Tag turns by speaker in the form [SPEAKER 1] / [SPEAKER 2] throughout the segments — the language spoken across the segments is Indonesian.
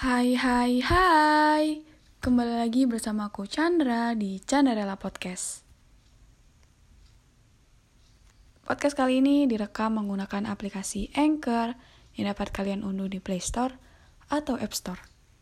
[SPEAKER 1] Hai hai hai, kembali lagi bersama aku Chandra di Chandrala Podcast. Podcast kali ini direkam menggunakan aplikasi Anchor yang dapat kalian unduh di Play Store atau App Store.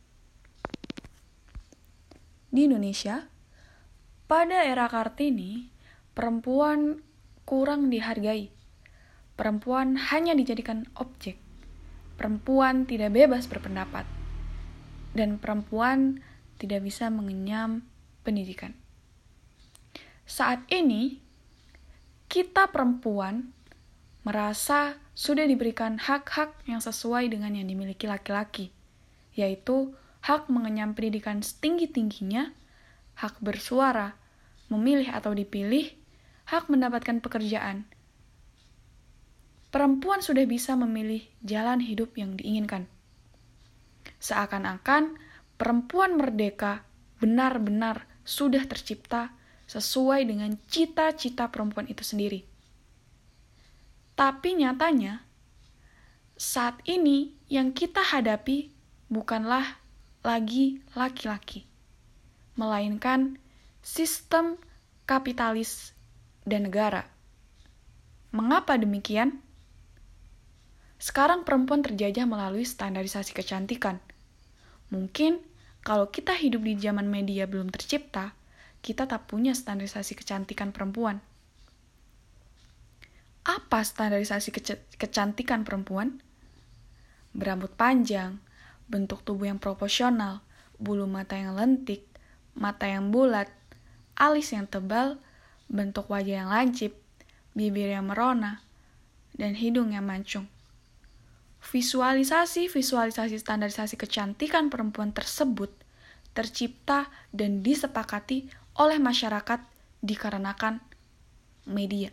[SPEAKER 1] Di Indonesia, pada era Kartini, perempuan kurang dihargai. Perempuan hanya dijadikan objek. Perempuan tidak bebas berpendapat. Dan perempuan tidak bisa mengenyam pendidikan. Saat ini, kita perempuan merasa sudah diberikan hak-hak yang sesuai dengan yang dimiliki laki-laki, yaitu hak mengenyam pendidikan setinggi-tingginya, hak bersuara, memilih atau dipilih, hak mendapatkan pekerjaan. Perempuan sudah bisa memilih jalan hidup yang diinginkan. Seakan-akan perempuan merdeka benar-benar sudah tercipta sesuai dengan cita-cita perempuan itu sendiri. Tapi nyatanya, saat ini yang kita hadapi bukanlah lagi laki-laki, melainkan sistem kapitalis dan negara. Mengapa demikian? Sekarang perempuan terjajah melalui standarisasi kecantikan. Mungkin kalau kita hidup di zaman media belum tercipta, kita tak punya standarisasi kecantikan perempuan. Apa standarisasi kecantikan perempuan? Berambut panjang, bentuk tubuh yang proporsional, bulu mata yang lentik, mata yang bulat, alis yang tebal, bentuk wajah yang lancip, bibir yang merona, dan hidung yang mancung. Visualisasi standarisasi kecantikan perempuan tersebut tercipta dan disepakati oleh masyarakat dikarenakan media.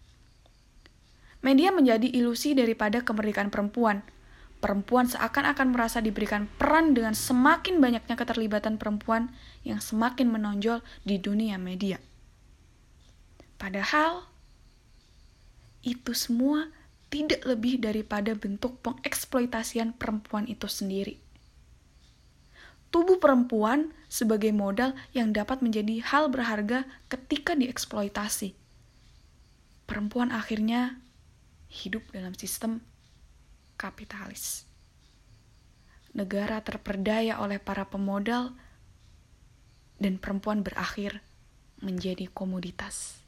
[SPEAKER 1] Media menjadi ilusi daripada kemerdekaan perempuan. Perempuan seakan-akan merasa diberikan peran dengan semakin banyaknya keterlibatan perempuan yang semakin menonjol di dunia media. Padahal, itu semua tidak lebih daripada bentuk pengeksploitasian perempuan itu sendiri. Tubuh perempuan sebagai modal yang dapat menjadi hal berharga ketika dieksploitasi. Perempuan akhirnya hidup dalam sistem kapitalis. Negara terperdaya oleh para pemodal dan perempuan berakhir menjadi komoditas.